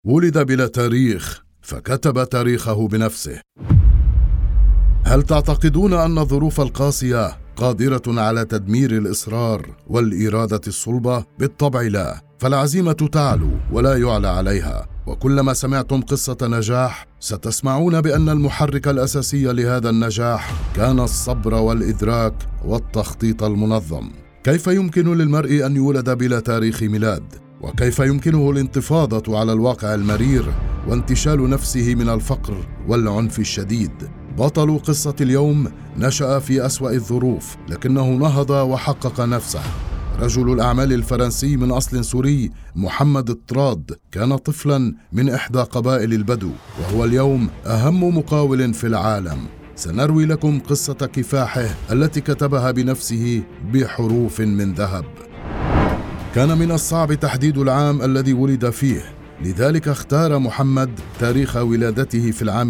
ولد بلا تاريخ فكتب تاريخه بنفسه. هل تعتقدون أن الظروف القاسية قادرة على تدمير الإصرار والإرادة الصلبة؟ بالطبع لا، فالعزيمة تعلو ولا يعلى عليها. وكلما سمعتم قصة نجاح ستسمعون بأن المحرك الأساسي لهذا النجاح كان الصبر والإدراك والتخطيط المنظم. كيف يمكن للمرء أن يولد بلا تاريخ ميلاد؟ وكيف يمكنه الانتفاضة على الواقع المرير وانتشال نفسه من الفقر والعنف الشديد؟ بطل قصة اليوم نشأ في أسوأ الظروف لكنه نهض وحقق نفسه. رجل الأعمال الفرنسي من أصل سوري محمد الطراد كان طفلا من إحدى قبائل البدو، وهو اليوم أهم مقاول في العالم. سنروي لكم قصة كفاحه التي كتبها بنفسه بحروف من ذهب. كان من الصعب تحديد العام الذي ولد فيه، لذلك اختار محمد تاريخ ولادته في العام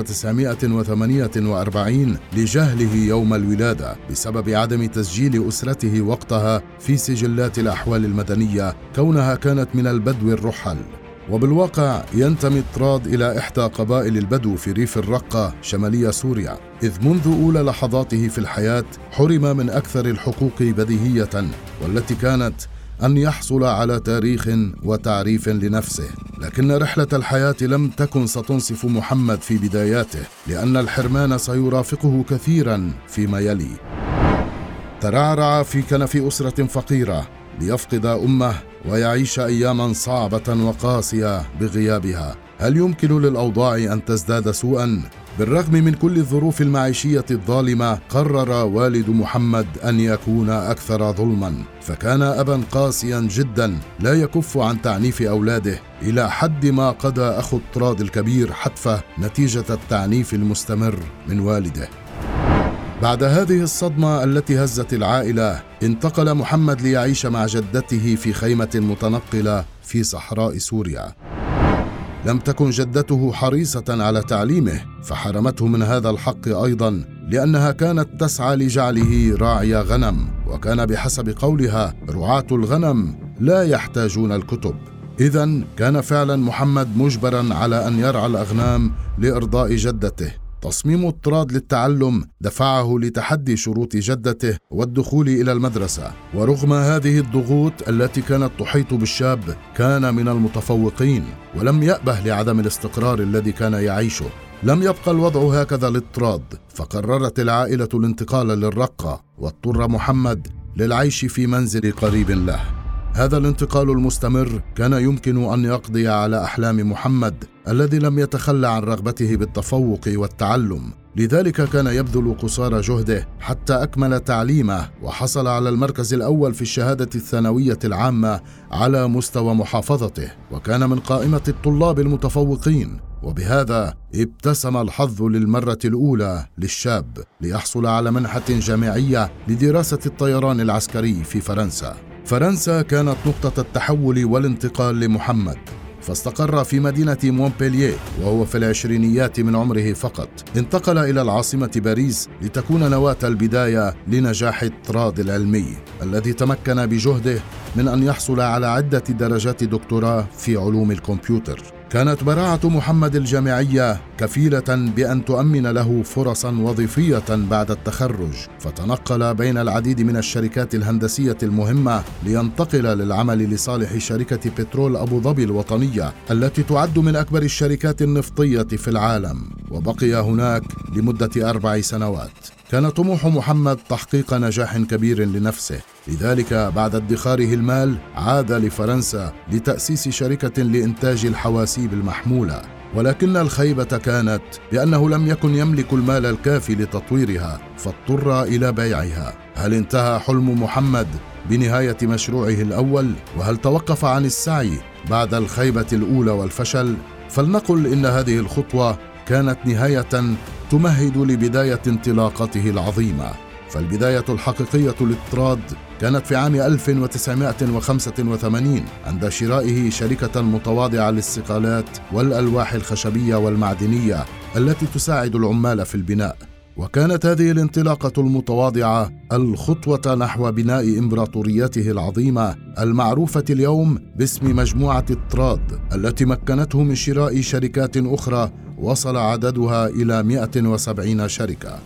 1948 لجهله يوم الولادة بسبب عدم تسجيل أسرته وقتها في سجلات الأحوال المدنية كونها كانت من البدو الرحل. وبالواقع ينتمي الطراد إلى إحدى قبائل البدو في ريف الرقة شمالية سوريا، إذ منذ أولى لحظاته في الحياة حرم من أكثر الحقوق بديهية، والتي كانت أن يحصل على تاريخ وتعريف لنفسه. لكن رحلة الحياة لم تكن ستنصف محمد في بداياته، لأن الحرمان سيرافقه كثيرا فيما يلي. ترعرع في كنف أسرة فقيرة ليفقد أمه ويعيش أياما صعبة وقاسية بغيابها. هل يمكن للأوضاع أن تزداد سوءا؟ بالرغم من كل الظروف المعيشية الظالمة قرر والد محمد أن يكون أكثر ظلما، فكان أبا قاسيا جدا لا يكف عن تعنيف أولاده، إلى حد ما قضى أخو الطراد الكبير حتفه نتيجة التعنيف المستمر من والده. بعد هذه الصدمة التي هزت العائلة انتقل محمد ليعيش مع جدته في خيمة متنقلة في صحراء سوريا. لم تكن جدته حريصة على تعليمه فحرمته من هذا الحق أيضا، لأنها كانت تسعى لجعله راعي غنم، وكان بحسب قولها رعاة الغنم لا يحتاجون الكتب. إذن كان فعلا محمد مجبرا على أن يرعى الأغنام لإرضاء جدته. تصميم الطراد للتعلم دفعه لتحدي شروط جدته والدخول إلى المدرسة، ورغم هذه الضغوط التي كانت تحيط بالشاب كان من المتفوقين ولم يأبه لعدم الاستقرار الذي كان يعيشه. لم يبقى الوضع هكذا للطراد، فقررت العائلة الانتقال للرقة، واضطر محمد للعيش في منزل قريب له. هذا الانتقال المستمر كان يمكن أن يقضي على أحلام محمد الذي لم يتخلى عن رغبته بالتفوق والتعلم، لذلك كان يبذل قصارى جهده حتى أكمل تعليمه وحصل على المركز الأول في الشهادة الثانوية العامة على مستوى محافظته، وكان من قائمة الطلاب المتفوقين. وبهذا ابتسم الحظ للمرة الأولى للشاب ليحصل على منحة جامعية لدراسة الطيران العسكري في فرنسا. فرنسا كانت نقطة التحول والانتقال لمحمد، فاستقر في مدينة مونبلييه وهو في العشرينيات من عمره فقط. انتقل إلى العاصمة باريس لتكون نواة البداية لنجاح الطراد العلمي الذي تمكن بجهده من أن يحصل على عدة درجات دكتوراه في علوم الكمبيوتر. كانت براعة محمد الجامعية كفيلة بأن تؤمن له فرصا وظيفية بعد التخرج، فتنقل بين العديد من الشركات الهندسية المهمة لينتقل للعمل لصالح شركة بترول أبو ظبي الوطنية التي تعد من أكبر الشركات النفطية في العالم، وبقي هناك لمدة 4 سنوات. كان طموح محمد تحقيق نجاح كبير لنفسه، لذلك بعد ادخاره المال عاد لفرنسا لتأسيس شركة لإنتاج الحواسيب المحمولة، ولكن الخيبة كانت بأنه لم يكن يملك المال الكافي لتطويرها فاضطر إلى بيعها. هل انتهى حلم محمد بنهاية مشروعه الأول؟ وهل توقف عن السعي بعد الخيبة الأولى والفشل؟ فلنقل إن هذه الخطوة كانت نهاية تمهد لبداية انطلاقته العظيمة. فالبداية الحقيقية للطراد كانت في عام 1985 عند شرائه شركة متواضعة للصقالات والألواح الخشبية والمعدنية التي تساعد العمال في البناء. وكانت هذه الانطلاقة المتواضعة الخطوة نحو بناء إمبراطوريته العظيمة المعروفة اليوم باسم مجموعة التراد، التي مكنته من شراء شركات أخرى وصل عددها إلى 170 شركة.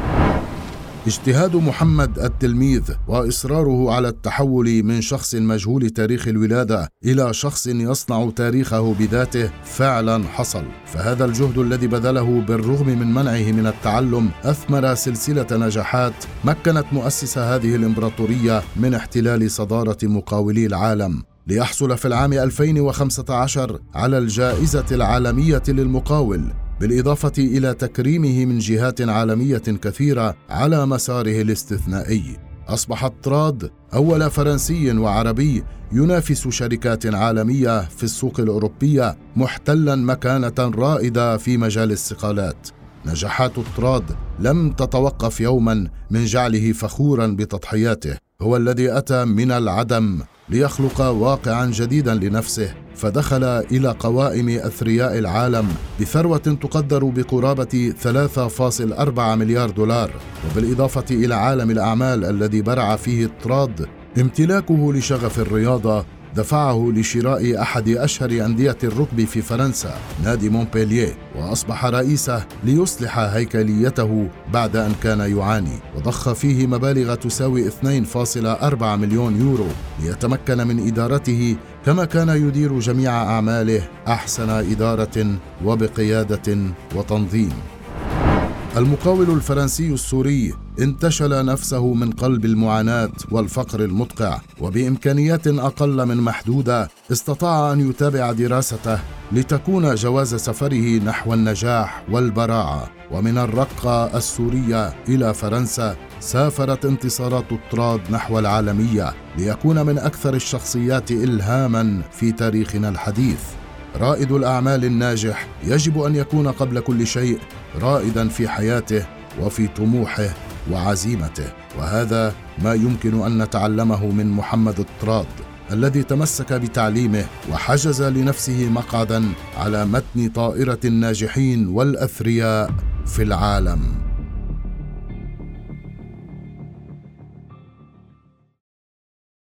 اجتهاد محمد التلميذ وإصراره على التحول من شخص مجهول تاريخ الولادة إلى شخص يصنع تاريخه بذاته فعلا حصل، فهذا الجهد الذي بذله بالرغم من منعه من التعلم أثمر سلسلة نجاحات مكنت مؤسس هذه الإمبراطورية من احتلال صدارة مقاولي العالم، ليحصل في العام 2015 على الجائزة العالمية للمقاول، بالإضافة إلى تكريمه من جهات عالمية كثيرة على مساره الاستثنائي. أصبح التراد أول فرنسي وعربي ينافس شركات عالمية في السوق الأوروبية، محتلا مكانة رائدة في مجال الصقالات. نجاحات التراد لم تتوقف يوما من جعله فخورا بتضحياته، هو الذي أتى من العدم ليخلق واقعا جديدا لنفسه، فدخل إلى قوائم أثرياء العالم بثروة تقدر بقرابة 3.4 مليار دولار. وبالإضافة إلى عالم الأعمال الذي برع فيه التراد، امتلاكه لشغف الرياضة دفعه لشراء أحد أشهر أندية الركبي في فرنسا، نادي مونبلييه، وأصبح رئيسه ليصلح هيكليته بعد أن كان يعاني، وضخ فيه مبالغ تساوي 2.4 مليون يورو ليتمكن من إدارته كما كان يدير جميع أعماله أحسن إدارة وبقيادة وتنظيم. المقاول الفرنسي السوري انتشل نفسه من قلب المعاناة والفقر المدقع، وبإمكانيات أقل من محدودة استطاع أن يتابع دراسته لتكون جواز سفره نحو النجاح والبراعة. ومن الرقة السورية إلى فرنسا سافرت انتصارات التراد نحو العالمية ليكون من أكثر الشخصيات إلهاما في تاريخنا الحديث. رائد الأعمال الناجح يجب أن يكون قبل كل شيء رائدا في حياته وفي طموحه وعزيمته، وهذا ما يمكن أن نتعلمه من محمد التراد الذي تمسك بتعليمه وحجز لنفسه مقعدا على متن طائرة الناجحين والأثرياء في العالم.